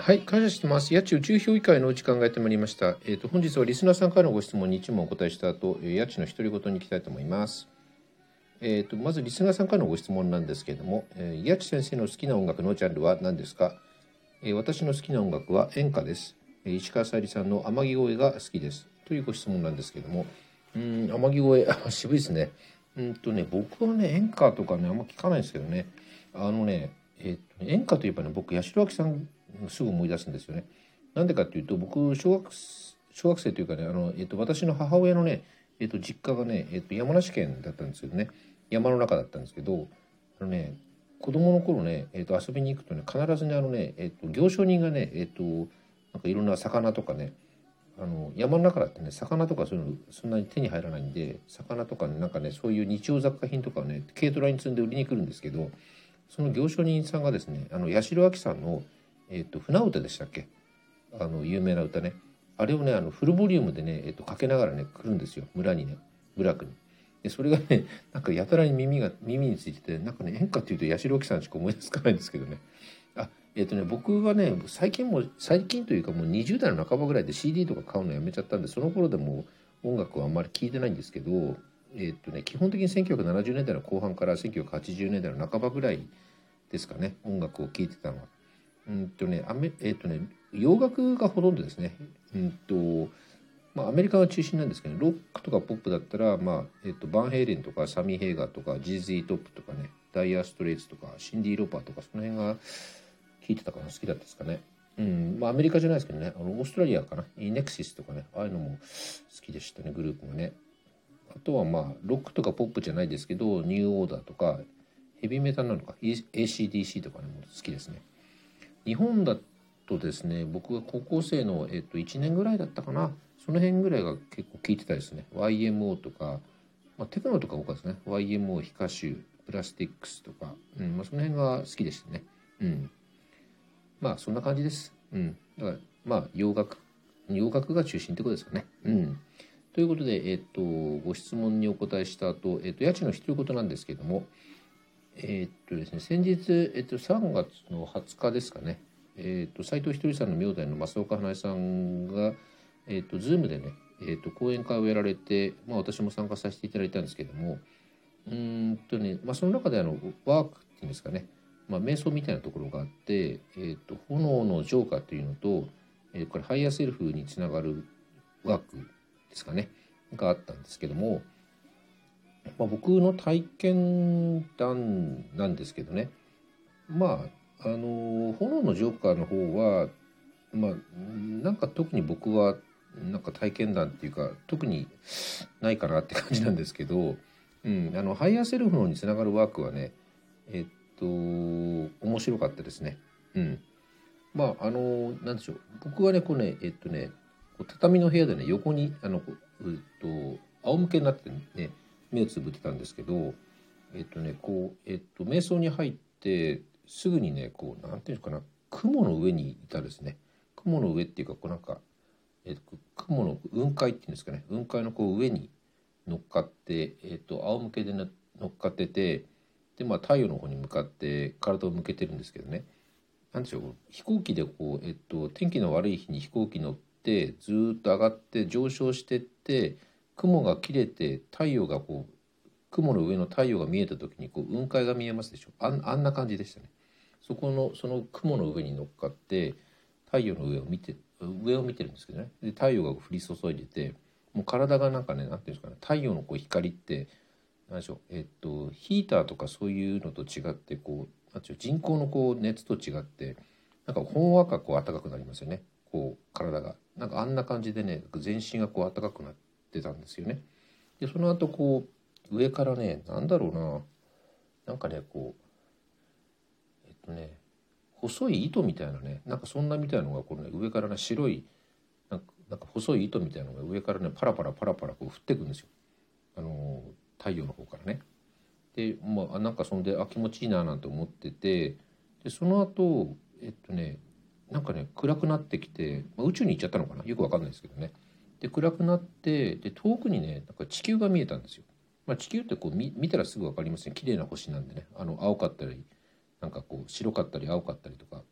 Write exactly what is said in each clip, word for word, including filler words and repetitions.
はい、感謝してます。家賃宇宙評議会のお時間がやってまいりました。えっ、と、本日はリスナーさんからのご質問に一問お答えした後、えー家賃の独り言に行きたいと思います。えっ、と、まずリスナーさんからのご質問なんですけれども、えー、家賃先生の好きな音楽のジャンルは何ですか？えー私の好きな音楽は演歌です。えー石川さゆりさんの天城越えが好きです。というご質問なんですけれども、うーん、天城越え、あ渋いですね。うんとね、僕はね、演歌とかね、あんま聞かないんですけどね。あのね、えっとね演歌といえばね、僕、八代亜紀さんすぐ思い出すんですよね。なんでかっていうと、僕、小学、小学生というかね、あの、えっと、私の母親のね、えっと、実家がね、えっと、山梨県だったんですけどね、山の中だったんですけど、あのね、子供の頃ね、えっと、遊びに行くとね、必ずね、あのね、えっと、行商人がね、えっと、なんかいろんな魚とかね、あの山の中だってね、魚とかそういうのそんなに手に入らないんで、魚とかね、なんかね、そういう日用雑貨品とかをね、軽トラに積んで売りに来るんですけど、その行商人さんがですね、あの八代亜紀さんの、えっと、船歌でしたっけ、あの有名な歌ね、あれをね、あのフルボリュームでね、えっと、かけながらね来るんですよ、村にね、部落に。でそれがね、なんかやたらに耳が耳についてて、なんかね、演歌っていうと八代亜紀さんしか思い出つかないんですけどね。あ、えっとね、僕はね、最近も最近というかもうにじゅう代の半ばぐらいで シーディー とか買うのやめちゃったんで、その頃でも音楽はあんまり聴いてないんですけど、えっとね、基本的にせんきゅうひゃくななじゅうねんだいの後半からせんきゅうひゃくはちじゅうねんだいの半ばぐらいですかね、音楽を聴いてたのは。うんとね、アメえっとね、洋楽がほとんどですね。うんと、まあ、アメリカが中心なんですけど、ロックとかポップだったら、まあえっと、バンヘイレンとかサミー・ヘイガーとかジーズ・イー・トップとかね、ダイヤー・ストレイツとかシンディ・ローパーとか、その辺が聞いてたかな、好きだったですかね。うん、まあアメリカじゃないですけどね、あのオーストラリアかな、イネクシスとかね、ああいうのも好きでしたね、グループがね。あとはまあロックとかポップじゃないですけど、ニューオーダーとかヘビーメタルなのか エーシーディーシー とかねも好きですね。日本だとですね、僕が高校生の、えっと、いちねんぐらいだったかな、その辺ぐらいが結構聞いてたですね。 ワイエムオー とか、まあ、テクノとか多かったですね。 ワイエムオー、ヒカシュプラスティックスとか、うんまあ、その辺が好きでしたね。うんまあそんな感じです。うん。だからまあ洋楽洋楽が中心ってことですかね。うん。ということで、えっと、ご質問にお答えした後、えっと、家賃の独り言なんですけども、えっとですね、先日、えっと、さんがつのはつかですかね、えっと、斉藤ひとりさんの名代の増岡花江さんが、えっと、ズームでね、えっと、講演会をやられて、まあ、私も参加させていただいたんですけども、うーんとね、まあ、その中であのワークっていうんですかね、まあ、瞑想みたいなところがあって、えー、と炎の浄化というのと、えーこれハイヤーセルフにつながるワークですかねがあったんですけども、まあ、僕の体験談なんですけどね、まああの炎の浄化の方は、まあなんか特に僕はなんか体験談っていうか特にないかなって感じなんですけど、うん、あのハイヤーセルフのにつながるワークはね、えっと面白かったですね。うん、まああのなんでしょう、僕はねこうねえっとねこう畳の部屋でね横にあのこう、えっと、仰向けになってね目をつぶってたんですけど、えっとねこうえっと瞑想に入ってすぐにねこうなんていうのかな、雲の上にいたですね。雲の上っていうかこうなんか、えっと、雲の雲海っていうんですかね、雲海のこう上に乗っかって、えっと、仰向けで乗っかってて、でまあ太陽の方に向かって体を向けてるんですけどね、なんでしょう、飛行機でこう、えっと、天気の悪い日に飛行機乗ってずーっと上がって上昇してって、雲が切れて太陽がこう雲の上の太陽が見えた時にこう雲海が見えますでしょ、あん、あんな感じでしたね。そこのその雲の上に乗っかって太陽の上を見て上を見てるんですけどね、で太陽が降り注いでて、もう体がなんかね、なんていうんですかね、太陽のこう光って何でしょう、えっとヒーターとかそういうのと違って、こうなんでしょう、人工のこう熱と違ってなんかほんわかこう暖かくなりますよね、こう体がなんかあんな感じでね、全身がこう暖かくなってたんですよね。でその後こう上からね、なんだろうな、なんかねこうえっとね細い糸みたいなね、なんかそんなみたいなのがこの、ね、上からね白いなんかなんか細い糸みたいなのが上からねパラパラパラパラこう降ってくるんですよ、あの太陽の方からね。でまあなんかそんで、あ気持ちいいななんて思ってて、でその後えっとねなんかね暗くなってきて、まあ、宇宙に行っちゃったのかな、よくわかんないですけどね。で暗くなって、で遠くにねなんか地球が見えたんですよ。まあ、地球ってこう見見たらすぐわかりますね、綺麗な星なんでね、あの青かったりなんかこう白かったり青かったりとかこう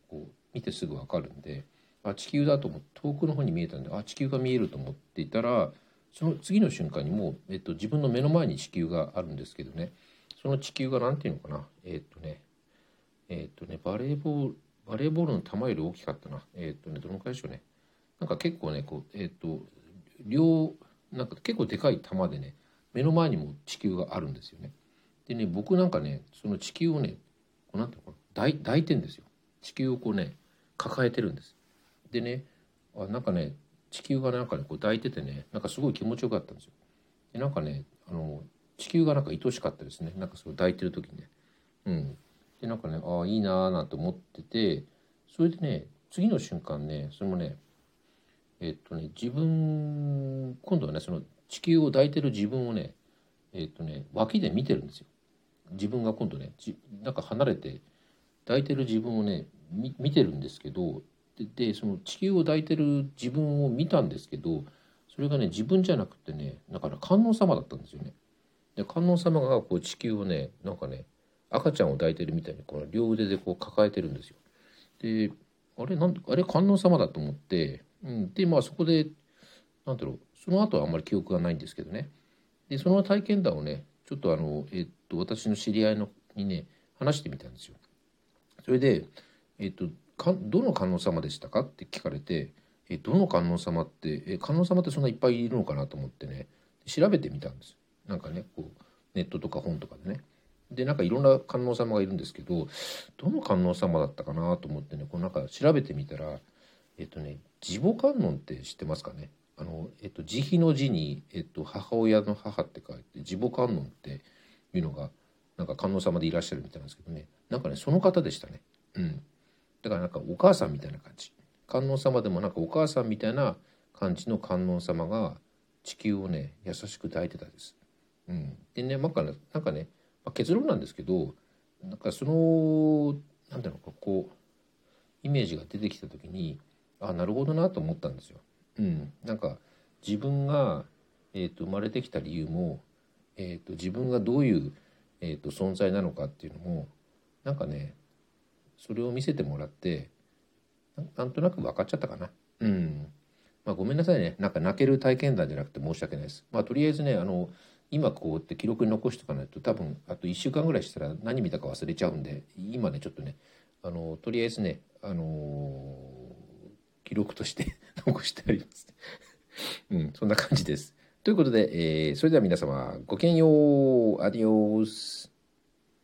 見てすぐ分かるんで、あ地球だと思って遠くの方に見えたんで、あ地球が見えると思っていたら、その次の瞬間にもう、えっと、自分の目の前に地球があるんですけどね、その地球がなんていうのかな、えっとねえっとねバレーボールバレーボールの球より大きかったな。えっとねどのくらいでしょうね。なんか結構ねこうえっと両なんか結構でかい球でね、目の前にも地球があるんですよね。でね、僕なんかねその地球をねこうなんていうのかな、抱い抱いてんですよ。地球をこうね抱えてるんです。でね、あなんかね地球がなんかねこう抱いててね、なんかすごい気持ちよかったんですよ。でなんかねあの地球がなんか愛しかったですね。なんかその抱いてる時にね。うん。でなんかね、ああいいなーなんて思ってて、それでね次の瞬間ね、そのねえっとね自分今度はねその地球を抱いてる自分をねえっとね脇で見てるんですよ。自分が今度ねじなんか離れて抱いてる自分をね見見てるんですけど、ででその地球を抱いてる自分を見たんですけど、それがね自分じゃなくてね、だから観音様だったんですよね。で観音様がこう地球をねなんかね赤ちゃんを抱いてるみたいにこの両腕でこう抱えてるんですよ。であれなんあれ観音様だと思って、うん、でまあそこでなんだろう、その後はあんまり記憶がないんですけどね。でその体験談をねちょっとあの、えっと、私の知り合いのにね話してみたんですよ。それで、えっと、かどの観音様でしたかって聞かれて、えどの観音様ってえ観音様ってそんないっぱいいるのかなと思ってね調べてみたんです。なんかねこうネットとか本とかでね。でなんかいろんな観音様がいるんですけど、どの観音様だったかなと思ってねこうなんか調べてみたら、えっとね慈母観音って知ってますかね。あの、えっと、慈悲の字に、えっと、母親の母って書いて慈母観音っていうのがなんか観音様でいらっしゃるみたいなんですけどね、なんかねその方でしたね。うん。だからなんかお母さんみたいな感じ。観音様でもなんかお母さんみたいな感じの観音様が地球をね優しく抱いてたです。うん。でね、なんかね、なんかね、まあ、結論なんですけど、なんかそのなんていうのかこうイメージが出てきた時に、あなるほどなと思ったんですよ。うん。なんか自分が、えー、と生まれてきた理由も、えー、と自分がどういう、えー、と存在なのかっていうのもなんかねそれを見せてもらってななんとなく分かっちゃったかな。うん。まあごめんなさいね。なんか泣ける体験談じゃなくて申し訳ないです。まあとりあえずね、あの今こうやって記録に残しておかないと多分あといっしゅうかんぐらいしたら何見たか忘れちゃうんで、今ねちょっとねあのとりあえずねあの記録として残してあります。うん、そんな感じです。ということで、えーそれでは皆様ごきげんよう。アディオス。